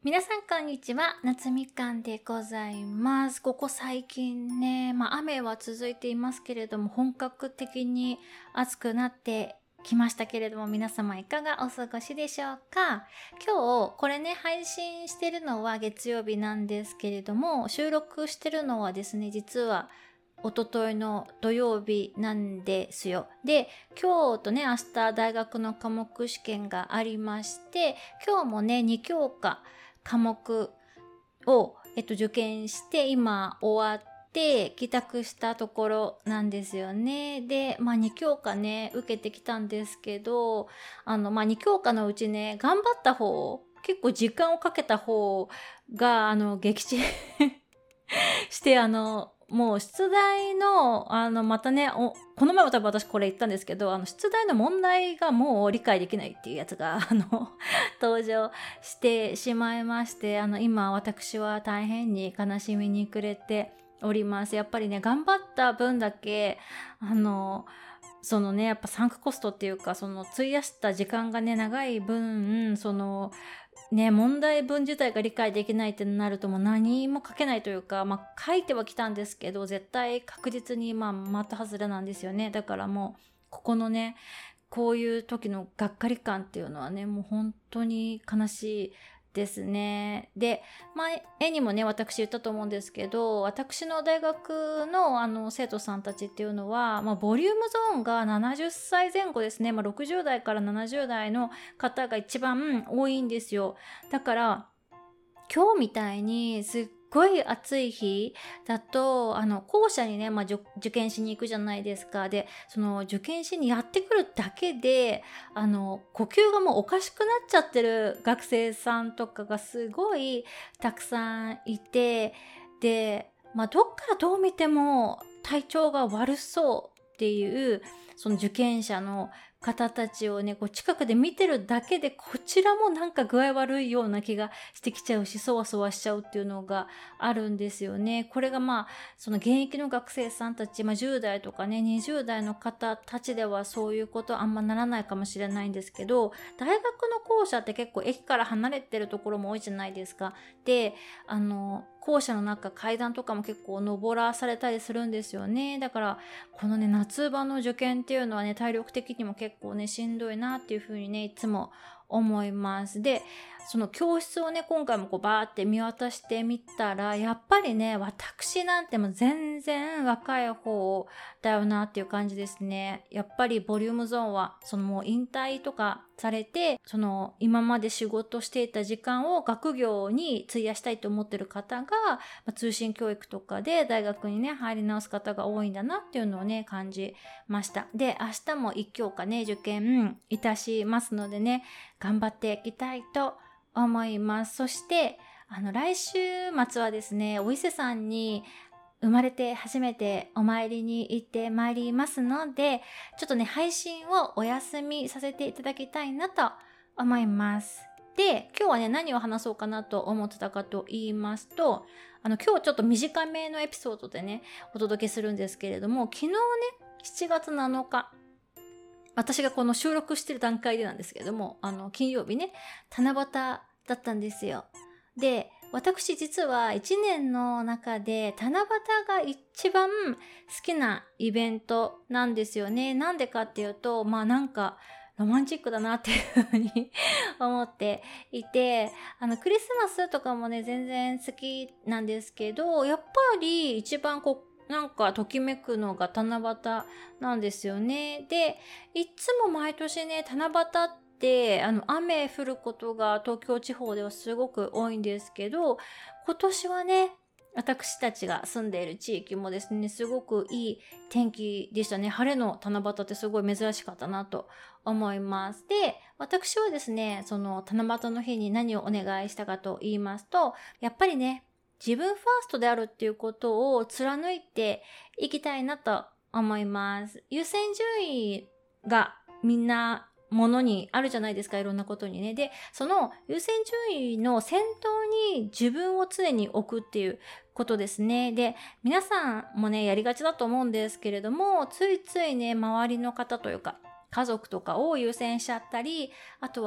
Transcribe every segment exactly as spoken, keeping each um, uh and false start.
皆さんこんにちは、夏みかんでございます。ここ最近ね、まあ雨は続いていますけれども、本格的に暑くなってきましたけれども、皆様いかがお過ごしでしょうか。今日これね、配信してるのは月曜日なんですけれども、収録してるのはですね、実は一昨日の土曜日なんですよ。で、今日とね、明日大学の科目試験がありまして、今日もね、に教科科目を、えっと、受験して今終わって帰宅したところなんですよね。で、まあに教科ね受けてきたんですけど、あのまあに教科のうちね頑張った方、結構時間をかけた方があの撃沈してあのもう出題の、あの、またね、おこの前も多分私これ言ったんですけど、あの、出題の問題がもう理解できないっていうやつが、あの、登場してしまいまして、あの、今私は大変に悲しみに暮れております。やっぱりね、頑張った分だけ、あの、そのね、やっぱサンクコストっていうか、その費やした時間がね、長い分、その、ね、問題文自体が理解できないってなるともう何も書けないというか、まあ書いてはきたんですけど、絶対確実にまあ的外れなんですよね。だからもう、ここのね、こういう時のがっかり感っていうのはね、もう本当に悲しいですね。で、まあ、絵にもね、私言ったと思うんですけど、私の大学のあの生徒さんたちっていうのは、まあ、ボリュームゾーンがななじゅっさいぜん後ですね。まあ、ろくじゅう代からななじゅう代の方が一番多いんですよ。だから、今日みたいにすっごい暑い日だと、あの、校舎にね、まあ、受験しに行くじゃないですか。で、その受験しにやってくるだけで、あの、呼吸がもうおかしくなっちゃってる学生さんとかがすごいたくさんいて、で、まあ、どっからどう見ても体調が悪そうっていう、その受験者の方たちをね、こう近くで見てるだけでこちらもなんか具合悪いような気がしてきちゃうし、そわそわしちゃうっていうのがあるんですよね。これがまあ、その現役の学生さんたち、まあじゅう代とかね、にじゅう代の方たちではそういうことあんまならないかもしれないんですけど、大学の校舎って結構駅から離れてるところも多いじゃないですか。で、あの、校舎の中階段とかも結構登らされたりするんですよね。だからこのね夏場の受験っていうのはね体力的にも結構ねしんどいなっていう風にねいつも思います。で、その教室をね今回もこうバーって見渡してみたらやっぱりね私なんてもう全然若い方だよなっていう感じですね。やっぱりボリュームゾーンはそのもう引退とかされて、その今まで仕事していた時間を学業に費やしたいと思ってる方が、まあ、通信教育とかで大学にね入り直す方が多いんだなっていうのをね感じました。で、明日も一教科ね受験いたしますのでね頑張っていきたいと思います。そしてあの来週末はですねお伊勢さんに生まれて初めてお参りに行ってまいりますので、ちょっとね、配信をお休みさせていただきたいなと思います。で、今日はね、何を話そうかなと思ってたかと言いますと、あの、今日ちょっと短めのエピソードでね、お届けするんですけれども、昨日ね、しちがつなのか、私がこの収録してる段階でなんですけれども、あの、金曜日ね、七夕だったんですよ。で、私実はいちねんの中で七夕が一番好きなイベントなんですよね。なんでかっていうと、まあなんかロマンチックだなっていうふうに思っていて、あのクリスマスとかもね全然好きなんですけど、やっぱり一番こうなんかときめくのが七夕なんですよね。で、いつも毎年ね七夕ってであの雨降ることが東京地方ではすごく多いんですけど、今年はね私たちが住んでいる地域もですねすごくいい天気でしたね。晴れの七夕ってすごい珍しかったなと思います。で、私はですねその七夕の日に何をお願いしたかと言いますと、やっぱりね自分ファーストであるっていうことを貫いていきたいなと思います。優先順位がみんなものにあるじゃないですか、いろんなことにね。で、その優先順位の先頭に自分を常に置くっていうことですね。で、皆さんもね、やりがちだと思うんですけれども、ついついね、周りの方というか、家族とかを優先しちゃったり、あとは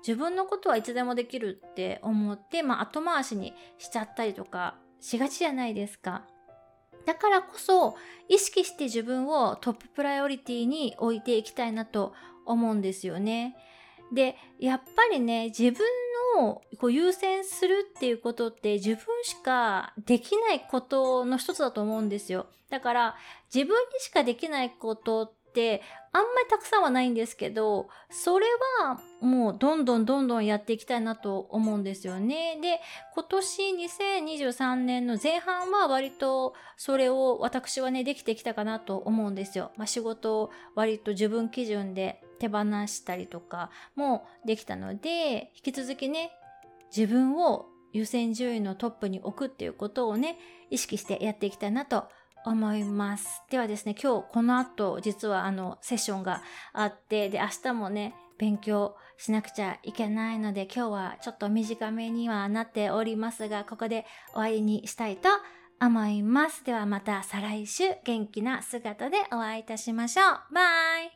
自分のことはいつでもできるって思って、まあ、後回しにしちゃったりとかしがちじゃないですか。だからこそ意識して自分をトッププライオリティに置いていきたいなと思うんですよね。で、やっぱりね、自分のこう優先するっていうことって自分しかできないことの一つだと思うんですよ。だから自分にしかできないことってあんまりたくさんはないんですけど、それはもうどんどんどんどんやっていきたいなと思うんですよね。で、今年にせんにじゅうさんねんの前半は割とそれを私はね、できてきたかなと思うんですよ。まあ、仕事を割と自分基準で手放したりとかもできたので、引き続きね、自分を優先順位のトップに置くっていうことをね、意識してやっていきたいなと思います。ではですね、今日この後実はあのセッションがあって、で明日もね勉強しなくちゃいけないので、今日はちょっと短めにはなっておりますが、ここで終わりにしたいと思います。ではまた再来週元気な姿でお会いいたしましょう。バイ。